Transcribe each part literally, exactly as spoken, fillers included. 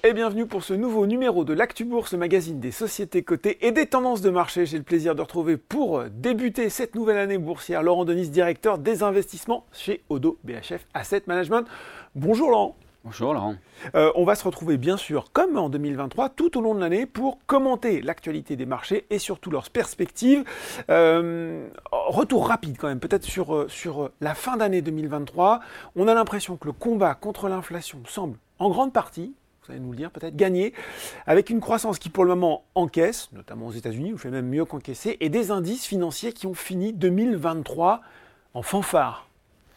et bienvenue pour ce nouveau numéro de l'Actu Bourse, le magazine des sociétés cotées et des tendances de marché. J'ai le plaisir de retrouver pour débuter cette nouvelle année boursière Laurent Denis, directeur des investissements chez Odo B H F Asset Management. Bonjour Laurent. Bonjour Laurent. Euh, on va se retrouver bien sûr, comme en deux mille vingt-trois, tout au long de l'année pour commenter l'actualité des marchés et surtout leurs perspectives. Euh, retour rapide quand même, peut-être sur, sur la fin d'année deux mille vingt-trois. On a l'impression que le combat contre l'inflation semble en grande partie, vous allez nous le dire, peut-être gagné, avec une croissance qui pour le moment encaisse, notamment aux États-Unis, ou fait même mieux qu'encaisser, et des indices financiers qui ont fini deux mille vingt-trois en fanfare.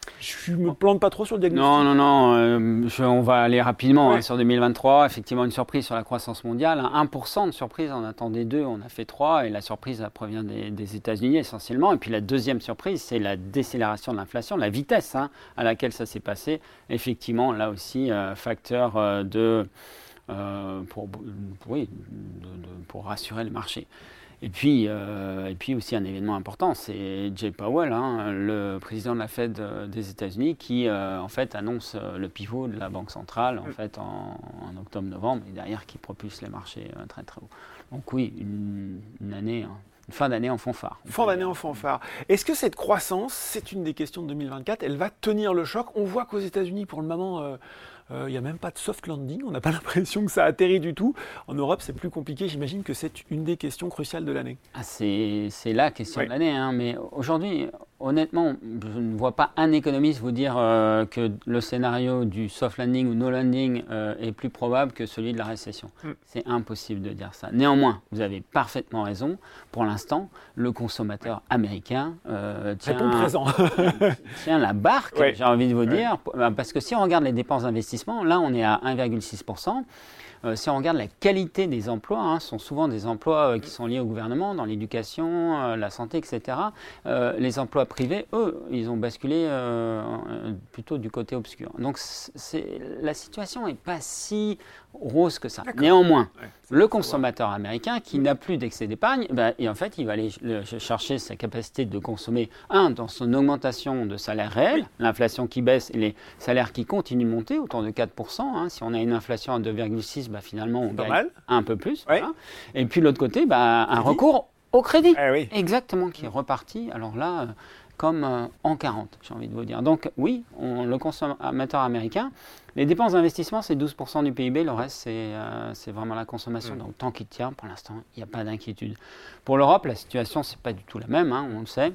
Je me plante pas trop sur le diagnostic. Non, non, non, euh, je, on va aller rapidement ouais. hein, sur deux mille vingt-trois. Effectivement, une surprise sur la croissance mondiale. Hein, un pour cent de surprise, on attendait deux, on a fait trois. Et la surprise elle provient des, des États-Unis essentiellement. Et puis la deuxième surprise, c'est la décélération de l'inflation, la vitesse hein, à laquelle ça s'est passé. Effectivement, là aussi, euh, facteur euh, de, euh, pour, pour, oui, de, de, pour rassurer le marché. Et puis, euh, et puis aussi un événement important, c'est Jay Powell, hein, le président de la Fed des États-Unis, qui euh, en fait annonce le pivot de la Banque centrale en, fait, en, en octobre-novembre, et derrière qui propulse les marchés euh, très très haut. Donc oui, une, une année, hein, une fin d'année en fanfare. Fin d'année en fanfare. Est-ce que cette croissance, c'est une des questions de deux mille vingt-quatre, elle va tenir le choc? On voit qu'aux États-Unis, pour le moment, euh, il euh, n'y a même pas de soft landing, on n'a pas l'impression que ça atterrit du tout. En Europe, c'est plus compliqué, j'imagine que c'est une des questions cruciales de l'année. Ah, c'est, c'est la question oui. de l'année, hein, mais aujourd'hui, honnêtement, je ne vois pas un économiste vous dire euh, que le scénario du soft landing ou no landing euh, est plus probable que celui de la récession. Mm. C'est impossible de dire ça. Néanmoins, vous avez parfaitement raison. Pour l'instant, le consommateur américain euh, tient, présent. tient la barque, oui. j'ai envie de vous oui. dire, parce que si on regarde les dépenses d'investissement, là, on est à un virgule six pour cent. Euh, si on regarde la qualité des emplois, hein, ce sont souvent des emplois euh, qui sont liés au gouvernement, dans l'éducation, euh, la santé, et cetera. Euh, les emplois privés, eux, ils ont basculé euh, plutôt du côté obscur. Donc c'est, la situation n'est pas si rose que ça. D'accord. Néanmoins, ouais, le consommateur américain qui mmh. n'a plus d'excès d'épargne, ben, et en fait, il va aller chercher sa capacité de consommer, un, dans son augmentation de salaire réel, oui. l'inflation qui baisse et les salaires qui continuent de monter, autour de quatre pour cent. Hein. Si on a une inflation à deux virgule six, ben, finalement, on gagne mal. un peu plus. Oui. Voilà. Et puis, de l'autre côté, ben, un recours au crédit. Eh oui. Exactement, qui est reparti. Alors là, euh, comme euh, en quarante, j'ai envie de vous dire. Donc, oui, on, le consommateur américain, les dépenses d'investissement, c'est douze pour cent du P I B. Le reste, c'est, euh, c'est vraiment la consommation. Mmh. Donc, tant qu'il tient, pour l'instant, il n'y a pas d'inquiétude. Pour l'Europe, la situation, ce n'est pas du tout la même, hein, on le sait.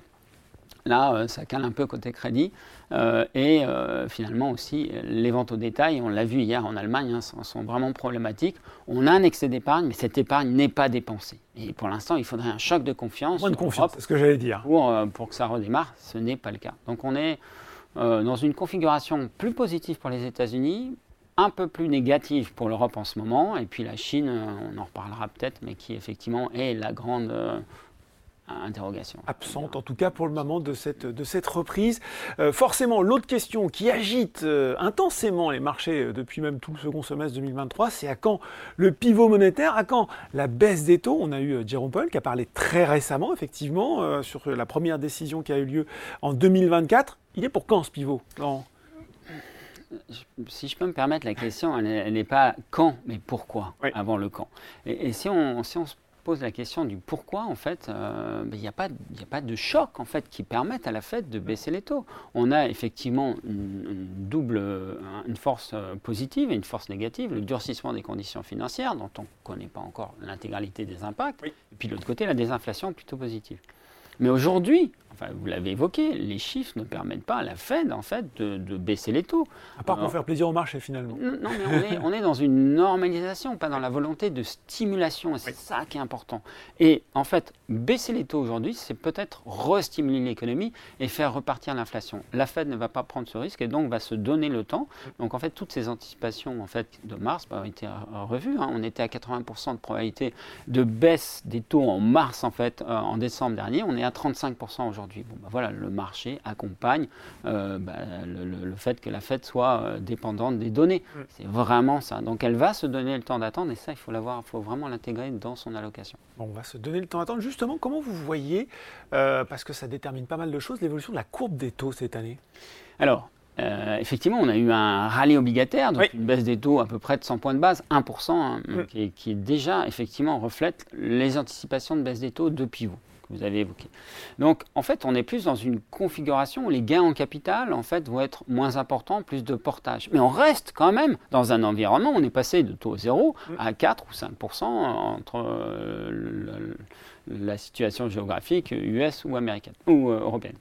Là, euh, ça cale un peu côté crédit. Euh, et euh, finalement aussi, les ventes au détail, on l'a vu hier en Allemagne, hein, sont, sont vraiment problématiques. On a un excès d'épargne, mais cette épargne n'est pas dépensée. Et pour l'instant, il faudrait un choc de confiance. Moins de confiance, c'est ce que j'allais dire. Pour, euh, pour que ça redémarre, ce n'est pas le cas. Donc on est euh, dans une configuration plus positive pour les États-Unis, un peu plus négative pour l'Europe en ce moment. Et puis la Chine, on en reparlera peut-être, mais qui effectivement est la grande... Euh, interrogation. Absente en tout cas pour le moment de cette, de cette reprise. Euh, forcément, l'autre question qui agite euh, intensément les marchés euh, depuis même tout le second semestre deux mille vingt-trois, c'est à quand le pivot monétaire, à quand la baisse des taux. On a eu euh, Jérôme Powell qui a parlé très récemment, effectivement, euh, sur la première décision qui a eu lieu en deux mille vingt-quatre. Il est pour quand ce pivot, Laurent ? Si je peux me permettre, la question, elle n'est pas quand, mais pourquoi, oui. avant le quand. Et, et si on, si on se pose la question du pourquoi, en fait, euh, il n'y a pas, il n'y a pas de choc, en fait, qui permette à la Fed de baisser les taux. On a effectivement une, une double, une force positive et une force négative, le durcissement des conditions financières, dont on ne connaît pas encore l'intégralité des impacts, oui. et puis de l'autre côté, la désinflation plutôt positive. Mais aujourd'hui, enfin, vous l'avez évoqué, les chiffres ne permettent pas à la Fed en fait, de, de baisser les taux. À part pour Alors, faire plaisir au marché finalement. Non, mais on est, on est dans une normalisation, pas dans la volonté de stimulation, et c'est oui. ça qui est important. Et en fait, baisser les taux aujourd'hui, c'est peut-être restimuler l'économie et faire repartir l'inflation. La Fed ne va pas prendre ce risque et donc va se donner le temps. Donc en fait, toutes ces anticipations en fait, de mars ont été revues. Hein. On était à quatre-vingts pour cent de probabilité de baisse des taux en mars, en fait, euh, en décembre dernier. On est à trente-cinq pour cent aujourd'hui. Bon, ben voilà, le marché accompagne euh, ben, le, le, le fait que la Fed soit euh, dépendante des données. Mm. C'est vraiment ça. Donc elle va se donner le temps d'attendre et ça, il faut l'avoir, il faut vraiment l'intégrer dans son allocation. Bon, on va se donner le temps d'attendre. Justement, comment vous voyez, euh, parce que ça détermine pas mal de choses, l'évolution de la courbe des taux cette année ? Alors, Euh, effectivement, on a eu un rallye obligataire, donc oui. une baisse des taux à peu près de cent points de base, un pour cent, hein, mm. qui, est, qui est déjà, effectivement, reflète les anticipations de baisse des taux de pivot que vous avez évoquées. Donc, en fait, on est plus dans une configuration où les gains en capital, en fait, vont être moins importants, plus de portage. Mais on reste quand même dans un environnement où on est passé de taux zéro mm. à quatre ou cinq pour cent entre euh, la, la situation géographique U S ou américaine ou euh, européenne.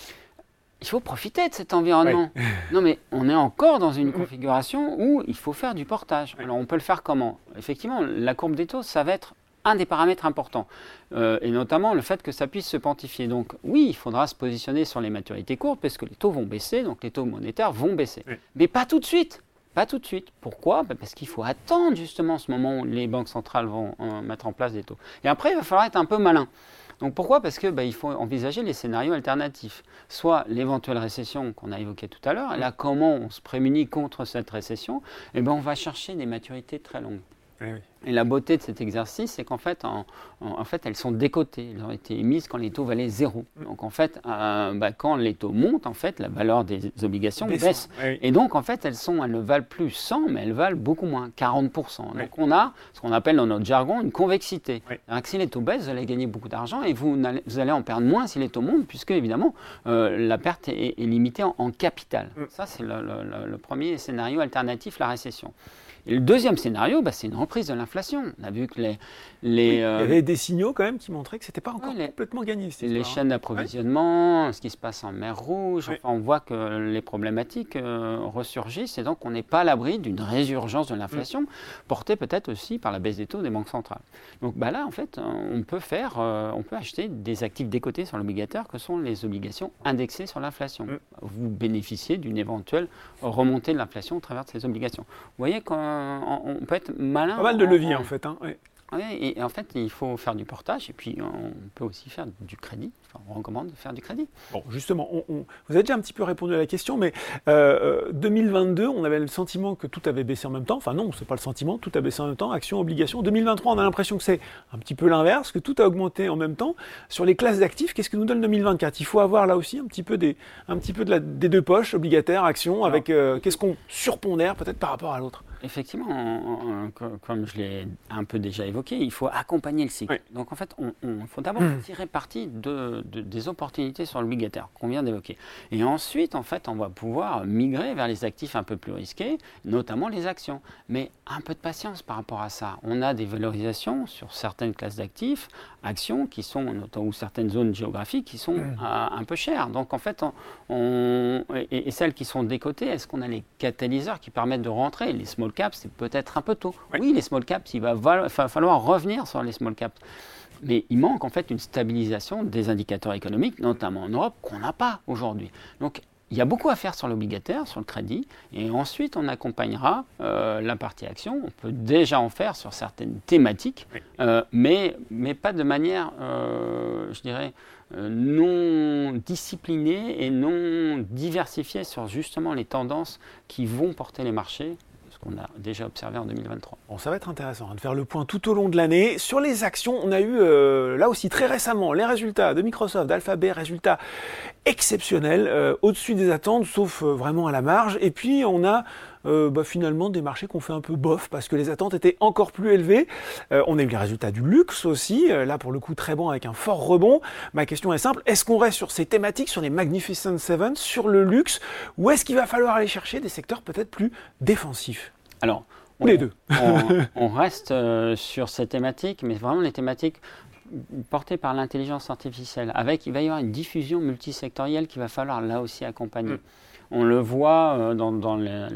Il faut profiter de cet environnement. Oui. Non, mais on est encore dans une configuration où il faut faire du portage. Alors, on peut le faire comment ? Effectivement, la courbe des taux, ça va être un des paramètres importants. Euh, et notamment le fait que ça puisse se pontifier. Donc, oui, il faudra se positionner sur les maturités courtes parce que les taux vont baisser, donc les taux monétaires vont baisser. Oui. Mais pas tout de suite. Pas tout de suite. Pourquoi ? Ben parce qu'il faut attendre justement ce moment où les banques centrales vont euh, mettre en place des taux. Et après, il va falloir être un peu malin. Donc pourquoi ? Parce qu'il bah, faut envisager les scénarios alternatifs. Soit l'éventuelle récession qu'on a évoquée tout à l'heure, et là comment on se prémunit contre cette récession ? Eh ben, on va chercher des maturités très longues. Eh oui. Et la beauté de cet exercice, c'est qu'en fait, en, en, en fait, elles sont décotées. Elles ont été émises quand les taux valaient zéro. Donc en fait, euh, bah, quand les taux montent, en fait, la valeur des obligations baisse. baisse. Oui. Et donc en fait, elles, sont, elles ne valent plus cent, mais elles valent beaucoup moins, quarante pour cent. Oui. Donc on a ce qu'on appelle dans notre jargon une convexité. Oui. Alors que si les taux baissent, vous allez gagner beaucoup d'argent et vous, vous allez en perdre moins si les taux montent, puisque évidemment, euh, la perte est, est limitée en, en capital. Oui. Ça, c'est le, le, le premier scénario alternatif, la récession. Et le deuxième scénario, bah, c'est une reprise de l'inflation. On a vu que les... les oui, euh, il y avait des signaux quand même qui montraient que ce n'était pas encore ouais, les, complètement gagné. Cette les histoire, chaînes hein. d'approvisionnement, ouais. ce qui se passe en mer Rouge, ouais. enfin, on voit que les problématiques euh, ressurgissent et donc on n'est pas à l'abri d'une résurgence de l'inflation, ouais. portée peut-être aussi par la baisse des taux des banques centrales. Donc bah, là, en fait, on peut, faire, euh, on peut acheter des actifs décotés sur l'obligataire que sont les obligations indexées sur l'inflation. Ouais. Vous bénéficiez d'une éventuelle remontée de l'inflation au travers de ces obligations. Vous voyez qu'on peut être malin. Pas mal de leviers en, en fait. Hein, oui. Oui, et en fait, il faut faire du portage et puis on peut aussi faire du crédit. Enfin, on recommande de faire du crédit. Bon, justement, on, on, vous avez déjà un petit peu répondu à la question, mais euh, deux mille vingt-deux, on avait le sentiment que tout avait baissé en même temps. Enfin non, c'est pas le sentiment, tout a baissé en même temps, actions, obligations. deux mille vingt-trois, on a l'impression que c'est un petit peu l'inverse, que tout a augmenté en même temps. Sur les classes d'actifs, qu'est-ce que nous donne deux mille vingt-quatre ? Il faut avoir là aussi un petit peu des, un petit peu de la, des deux poches, obligataires, actions, Alors, avec euh, qu'est-ce qu'on surpondère peut-être par rapport à l'autre ? Effectivement, on, on, comme je l'ai un peu déjà évoqué, il faut accompagner le cycle. Oui. Donc en fait, il faut d'abord mmh. tirer parti de, de, des opportunités sur l'obligataire qu'on vient d'évoquer. Et ensuite, en fait, on va pouvoir migrer vers les actifs un peu plus risqués, notamment les actions. Mais un peu de patience par rapport à ça. On a des valorisations sur certaines classes d'actifs, actions qui sont, ou certaines zones géographiques qui sont mmh. euh, un peu chères. Donc en fait, on, on, et, et celles qui sont décotées, est-ce qu'on a les catalyseurs qui permettent de rentrer ? Les small caps, c'est peut-être un peu tôt. Oui, oui les small caps, il va, va, va falloir revenir sur les small caps. Mais il manque en fait une stabilisation des indicateurs économiques, notamment en Europe, qu'on n'a pas aujourd'hui. Donc, il y a beaucoup à faire sur l'obligataire, sur le crédit, et ensuite on accompagnera euh, la partie action. On peut déjà en faire sur certaines thématiques, oui. euh, mais, mais pas de manière, euh, je dirais, euh, non disciplinée et non diversifiée sur justement les tendances qui vont porter les marchés. On a déjà observé en deux mille vingt-trois. Bon, ça va être intéressant hein, de faire le point tout au long de l'année. Sur les actions, on a eu euh, là aussi très récemment les résultats de Microsoft, d'Alphabet, résultats exceptionnels, euh, au-dessus des attentes, sauf euh, vraiment à la marge. Et puis on a euh, bah, finalement des marchés qui ont fait un peu bof parce que les attentes étaient encore plus élevées. Euh, on a eu les résultats du luxe aussi, euh, là pour le coup très bon avec un fort rebond. Ma question est simple, est-ce qu'on reste sur ces thématiques, sur les Magnificent Seven, sur le luxe, ou est-ce qu'il va falloir aller chercher des secteurs peut-être plus défensifs ? Alors, on, les deux. on, on reste euh, sur ces thématiques, mais vraiment les thématiques portées par l'intelligence artificielle. Avec, il va y avoir une diffusion multisectorielle qu'il va falloir là aussi accompagner. Mmh. On le voit euh, dans, dans les,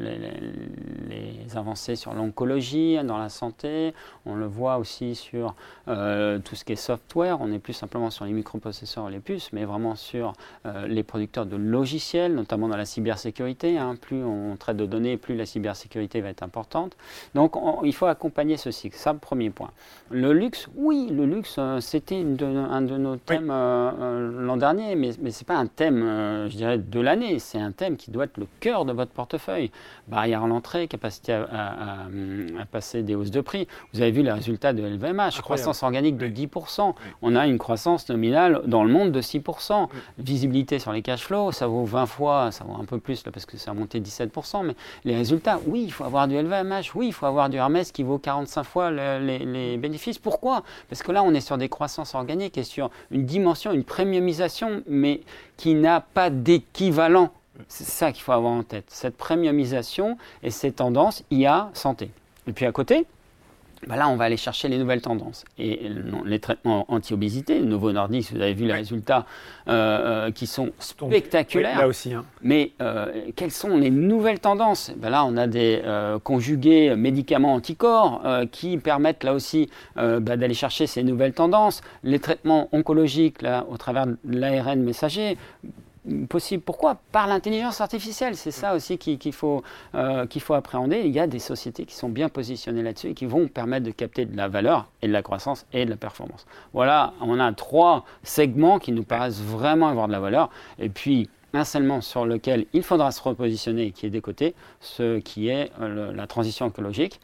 les, les avancées sur l'oncologie, dans la santé. On le voit aussi sur euh, tout ce qui est software. On n'est plus simplement sur les microprocesseurs et les puces, mais vraiment sur euh, les producteurs de logiciels, notamment dans la cybersécurité. Hein. Plus on traite de données, plus la cybersécurité va être importante. Donc, on, il faut accompagner ce cycle. Ça, le premier point. Le luxe, oui, le luxe, euh, c'était une de, un de nos thèmes oui. euh, euh, l'an dernier, mais, mais ce n'est pas un thème, euh, je dirais, de l'année. C'est un thème qui qui doit être le cœur de votre portefeuille. Barrière à l'entrée, capacité à, à, à, à passer des hausses de prix. Vous avez vu les résultats de L V M H, croissance organique de oui. dix pour cent. Oui. On a une croissance nominale dans le monde de six pour cent. Oui. Visibilité sur les cash flows, ça vaut vingt fois, ça vaut un peu plus là, parce que ça a monté dix-sept pour cent. Mais les résultats, oui, il faut avoir du L V M H, oui, il faut avoir du Hermès qui vaut quarante-cinq fois le, les, les bénéfices. Pourquoi ? Parce que là, on est sur des croissances organiques et sur une dimension, une premiumisation, mais qui n'a pas d'équivalent. C'est ça qu'il faut avoir en tête, cette premiumisation et ces tendances I A santé. Et puis à côté, bah là, on va aller chercher les nouvelles tendances. Et non, les traitements anti-obésité, Novo Nordisk, vous avez vu les ouais. résultats euh, qui sont spectaculaires. Oui, là aussi. Hein. Mais euh, quelles sont les nouvelles tendances ? bah Là, on a des euh, conjugués médicaments anticorps euh, qui permettent là aussi euh, bah, d'aller chercher ces nouvelles tendances. Les traitements oncologiques, là, au travers de l'A R N messager, possible. Pourquoi ? Par l'intelligence artificielle. C'est ça aussi qu'il, qu'il, faut, euh, qu'il faut appréhender. Il y a des sociétés qui sont bien positionnées là-dessus et qui vont permettre de capter de la valeur et de la croissance et de la performance. Voilà, on a trois segments qui nous paraissent vraiment avoir de la valeur. Et puis, un segment sur lequel il faudra se repositionner et qui est des côtés, ce qui est euh, le, la transition écologique.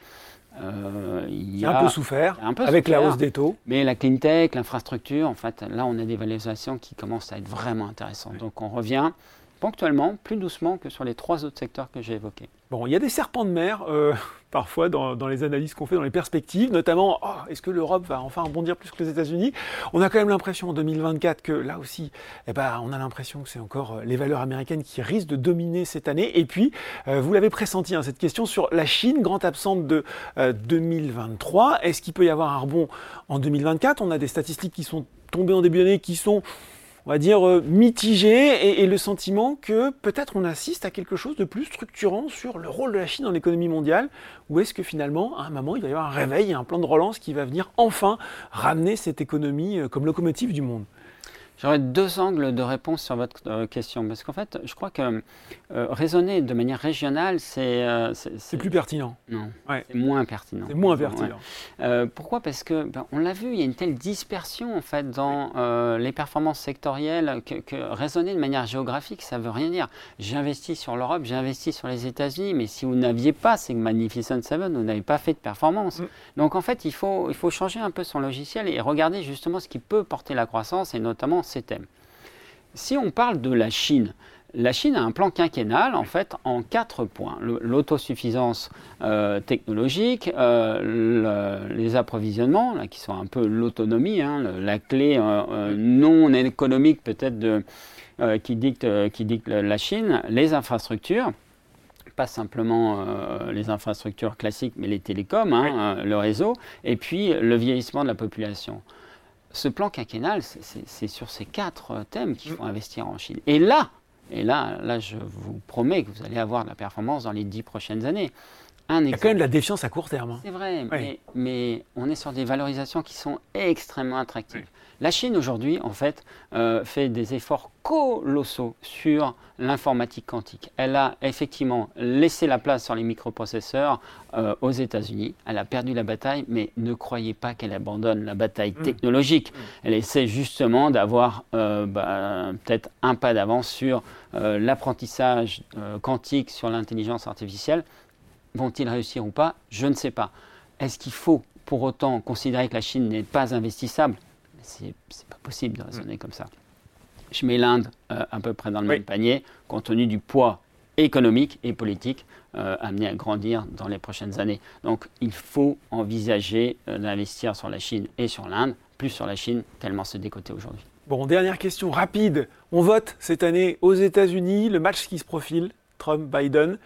Euh, il y a un peu souffert un peu avec souffert, la hausse des taux. Mais la clean tech, l'infrastructure, en fait, là, on a des valorisations qui commencent à être vraiment intéressantes. Oui. Donc, on revient ponctuellement, plus doucement que sur les trois autres secteurs que j'ai évoqués. Bon, il y a des serpents de mer, euh, parfois, dans, dans les analyses qu'on fait, dans les perspectives, notamment, oh, est-ce que l'Europe va enfin rebondir plus que les États-Unis ? On a quand même l'impression en deux mille vingt-quatre que, là aussi, eh ben, on a l'impression que c'est encore les valeurs américaines qui risquent de dominer cette année. Et puis, euh, vous l'avez pressenti, hein, cette question sur la Chine, grande absente de euh, deux mille vingt-trois. Est-ce qu'il peut y avoir un rebond en deux mille vingt-quatre ? On a des statistiques qui sont tombées en début d'année, qui sont... on va dire, euh, mitigé et, et le sentiment que peut-être on assiste à quelque chose de plus structurant sur le rôle de la Chine dans l'économie mondiale, ou est-ce que finalement, à un moment, il va y avoir un réveil, un plan de relance qui va venir enfin ramener cette économie euh, comme locomotive du monde ? J'aurais deux angles de réponse sur votre euh, question, parce qu'en fait, je crois que euh, raisonner de manière régionale, c'est... Euh, c'est, c'est, c'est plus pertinent. Non, ouais. c'est moins pertinent. C'est moins pertinent. Ouais. Euh, pourquoi ? Parce que, ben, on l'a vu, il y a une telle dispersion, en fait, dans euh, les performances sectorielles, que, que raisonner de manière géographique, ça ne veut rien dire. J'ai investi sur l'Europe, j'ai investi sur les États-Unis, mais si vous n'aviez pas ces Magnificent Seven, vous n'avez pas fait de performance. Mm. Donc, en fait, il faut, il faut changer un peu son logiciel et regarder justement ce qui peut porter la croissance, et notamment ces thèmes. Si on parle de la Chine, la Chine a un plan quinquennal en fait en quatre points. Le, l'autosuffisance euh, technologique, euh, le, les approvisionnements, là, qui sont un peu l'autonomie, hein, le, la clé euh, euh, non économique peut-être de, euh, qui, dicte, euh, qui dicte la Chine, les infrastructures. Pas simplement euh, les infrastructures classiques, mais les télécoms, hein, oui. euh, le réseau, et puis le vieillissement de la population. Ce plan quinquennal, c'est, c'est, c'est sur ces quatre thèmes qu'il faut investir en Chine. Et là, et là, là, je vous promets que vous allez avoir de la performance dans les dix prochaines années. Un Il y a quand même de la défiance à court terme. Hein. C'est vrai, oui. mais, mais on est sur des valorisations qui sont extrêmement attractives. Oui. La Chine, aujourd'hui, en fait, euh, fait des efforts colossaux sur l'informatique quantique. Elle a effectivement laissé la place sur les microprocesseurs euh, aux États-Unis. Elle a perdu la bataille, mais ne croyez pas qu'elle abandonne la bataille mmh. technologique. Mmh. Elle essaie justement d'avoir euh, bah, peut-être un pas d'avance sur euh, l'apprentissage euh, quantique, sur l'intelligence artificielle. Vont-ils réussir ou pas ? Je ne sais pas. Est-ce qu'il faut pour autant considérer que la Chine n'est pas investissable ? C'est, c'est pas possible de raisonner mmh. comme ça. Je mets l'Inde euh, à peu près dans le oui. même panier, compte tenu du poids économique et politique euh, amené à grandir dans les prochaines années. Donc il faut envisager euh, d'investir sur la Chine et sur l'Inde, plus sur la Chine, tellement c'est décoté aujourd'hui. Bon, dernière question rapide. On vote cette année aux États-Unis, le match qui se profile, Trump-Biden.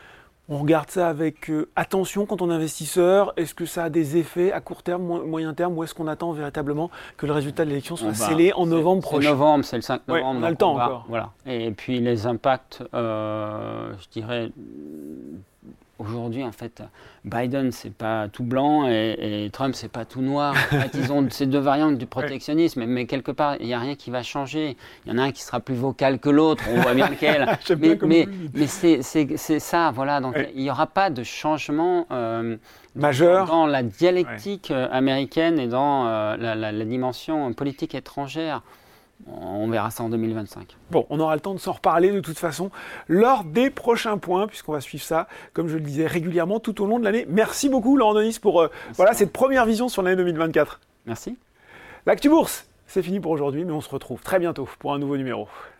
On regarde ça avec euh, attention quand on est investisseur. Est-ce que ça a des effets à court terme, mo- moyen terme, ou est-ce qu'on attend véritablement que le résultat de l'élection soit va, scellé en novembre prochain ? C'est novembre, c'est le cinq novembre. Ouais, on a le temps va, encore. Voilà. Et puis les impacts, euh, je dirais, aujourd'hui en fait, Biden c'est pas tout blanc et, et Trump c'est pas tout noir. En fait, ils ont ces deux variantes du protectionnisme, ouais. mais quelque part il n'y a rien qui va changer. Il y en a un qui sera plus vocal que l'autre, on voit bien lequel. mais mais, mais c'est, c'est, c'est ça, voilà. Donc ouais. il n'y aura pas de changement euh, majeur dans la dialectique ouais. américaine et dans euh, la, la, la dimension politique étrangère. On verra ça en deux mille vingt-cinq. Bon, on aura le temps de s'en reparler de toute façon lors des prochains points, puisqu'on va suivre ça, comme je le disais, régulièrement tout au long de l'année. Merci beaucoup, Laurent Denis, pour euh, voilà, cette première vision sur l'année deux mille vingt-quatre. Merci. L'Actu Bourse, c'est fini pour aujourd'hui, mais on se retrouve très bientôt pour un nouveau numéro.